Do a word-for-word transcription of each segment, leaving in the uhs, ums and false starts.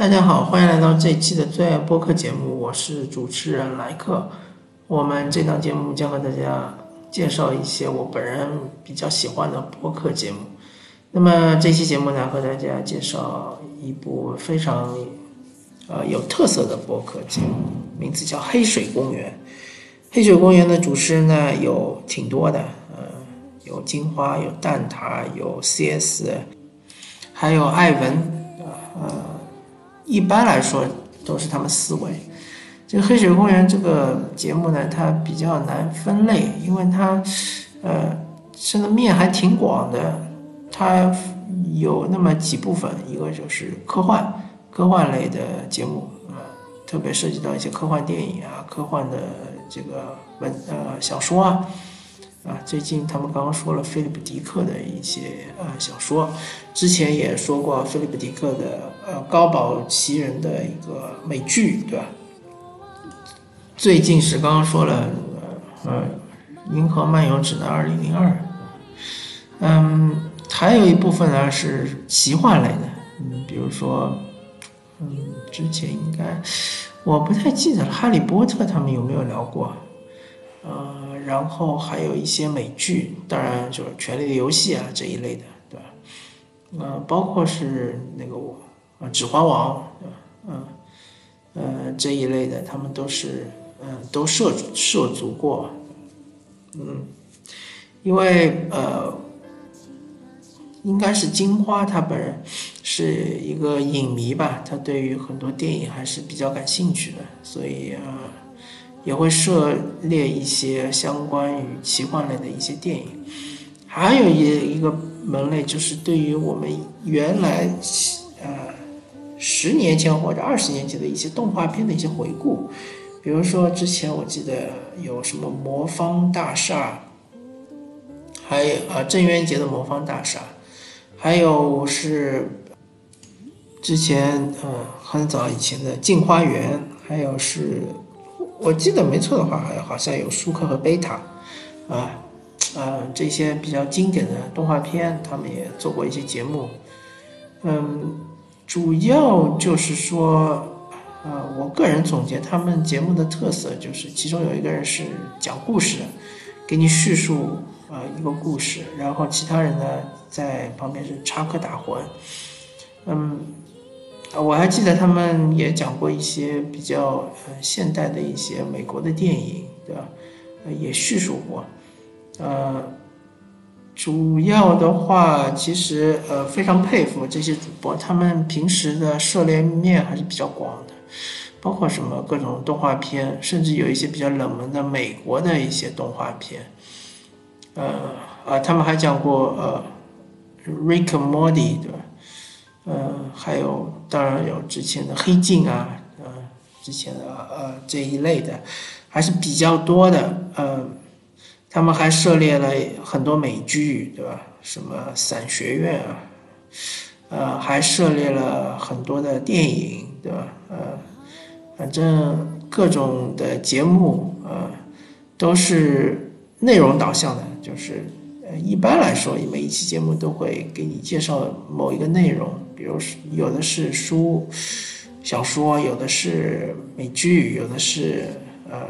大家好，欢迎来到这一期的最爱播客节目，我是主持人莱克。我们这档节目将和大家介绍一些我本人比较喜欢的播客节目。那么这期节目呢，和大家介绍一部非常呃有特色的播客节目，名字叫《黑水公园》。黑水公园的主持人呢有挺多的，呃，有金花，有蛋挞，有 C S， 还有艾文，呃。一般来说都是他们四位。这个黑水公园这个节目呢，它比较难分类，因为它呃伸的面还挺广的。它有那么几部分，一个就是科幻科幻类的节目啊、呃，特别涉及到一些科幻电影啊、科幻的这个文呃小说啊。啊，最近他们刚刚说了菲利普·迪克的一些呃小说，之前也说过菲利普·迪克的呃高堡奇人的一个美剧，对吧？最近是刚刚说了呃《银河漫游指南二零零二》，嗯，还有一部分呢是奇幻类的，嗯，比如说，嗯，之前应该我不太记得了，《哈利波特》他们有没有聊过？呃。然后还有一些美剧，当然就是《权力的游戏》啊这一类的，对吧？呃，包括是那个呃《指环王》，对吧？嗯，呃这一类的，他们都是嗯、呃、都涉涉足过，嗯，因为呃应该是金花她本人是一个影迷吧，她对于很多电影还是比较感兴趣的，所以呃。也会涉猎一些相关于奇幻类的一些电影，还有一一个门类就是对于我们原来呃十年前或者二十年前的一些动画片的一些回顾，比如说之前我记得有什么魔方大厦，还有啊郑渊洁的魔方大厦，还有是之前呃很早以前的镜花缘，还有是。我记得没错的话，好像有舒克和贝塔，啊，呃，这些比较经典的动画片，他们也做过一些节目。嗯，主要就是说，呃，我个人总结他们节目的特色，就是其中有一个人是讲故事的，给你叙述呃一个故事，然后其他人呢在旁边是插科打诨。嗯。我还记得他们也讲过一些比较呃现代的一些美国的电影，对吧？呃、也叙述过。呃，主要的话，其实呃非常佩服这些主播，他们平时的涉猎面还是比较广的，包括什么各种动画片，甚至有一些比较冷门的美国的一些动画片。呃啊，他们还讲过呃《Rick and Morty》，对吧？呃，还有当然有之前的黑镜啊，呃，之前的呃这一类的还是比较多的。呃，他们还涉猎了很多美剧，对吧？什么伞学院啊，呃，还涉猎了很多的电影，对吧？呃，反正各种的节目，呃，都是内容导向的，就是。一般来说，每一期节目都会给你介绍某一个内容，比如有的是书、小说，有的是美剧，有的是呃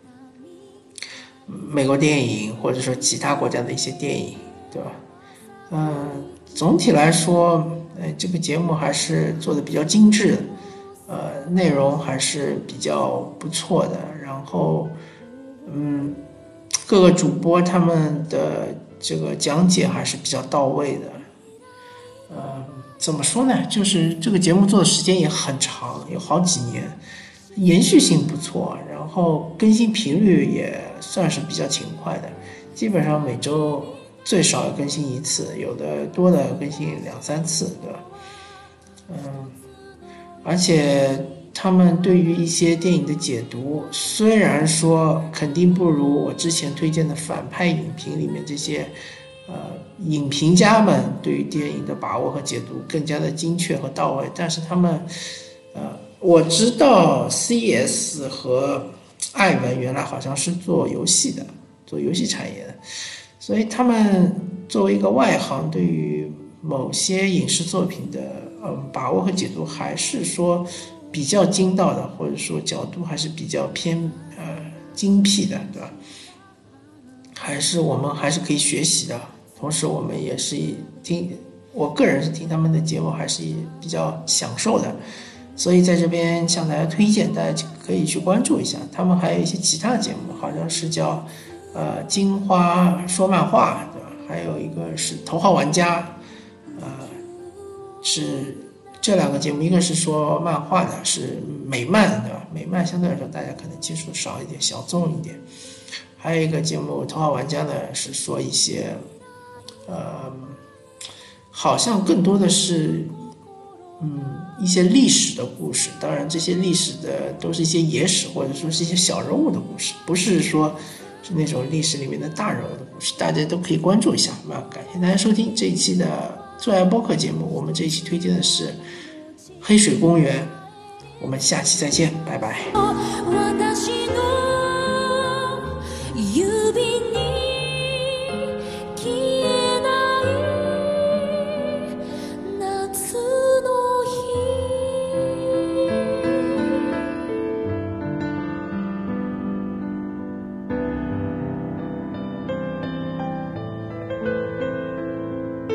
美国电影，或者说其他国家的一些电影，对吧？嗯、呃，总体来说，呃，这个节目还是做的比较精致的，呃，内容还是比较不错的。然后，嗯，各个主播他们的。这个讲解还是比较到位的，呃，怎么说呢？就是这个节目做的时间也很长，有好几年，延续性不错，然后更新频率也算是比较勤快的，基本上每周最少要更新一次，有的多的更新两三次，对吧？嗯，而且他们对于一些电影的解读，虽然说肯定不如我之前推荐的反派影评里面这些呃影评家们对于电影的把握和解读更加的精确和到位，但是他们呃我知道 C S 和艾文原来好像是做游戏的，做游戏产业的，所以他们作为一个外行，对于某些影视作品的嗯把握和解读，还是说比较精到的，或者说角度还是比较偏呃精辟的，对吧？还是我们还是可以学习的。同时我们也是听，我个人是听他们的节目还是比较享受的，所以在这边向大家推荐，大家可以去关注一下。他们还有一些其他的节目，好像是叫呃金花说漫画，对吧？还有一个是头号玩家，呃是这两个节目，一个是说漫画的，是美漫，对吧？美漫相对来说大家可能接触少一点，小众一点。还有一个节目头号玩家呢，是说一些呃好像更多的是嗯一些历史的故事，当然这些历史的都是一些野史，或者说是一些小人物的故事，不是说是那种历史里面的大人物的故事，大家都可以关注一下。那感谢大家收听这一期的最爱播客节目，我们这一期推荐的是黑水公园，我们下期再见，拜拜。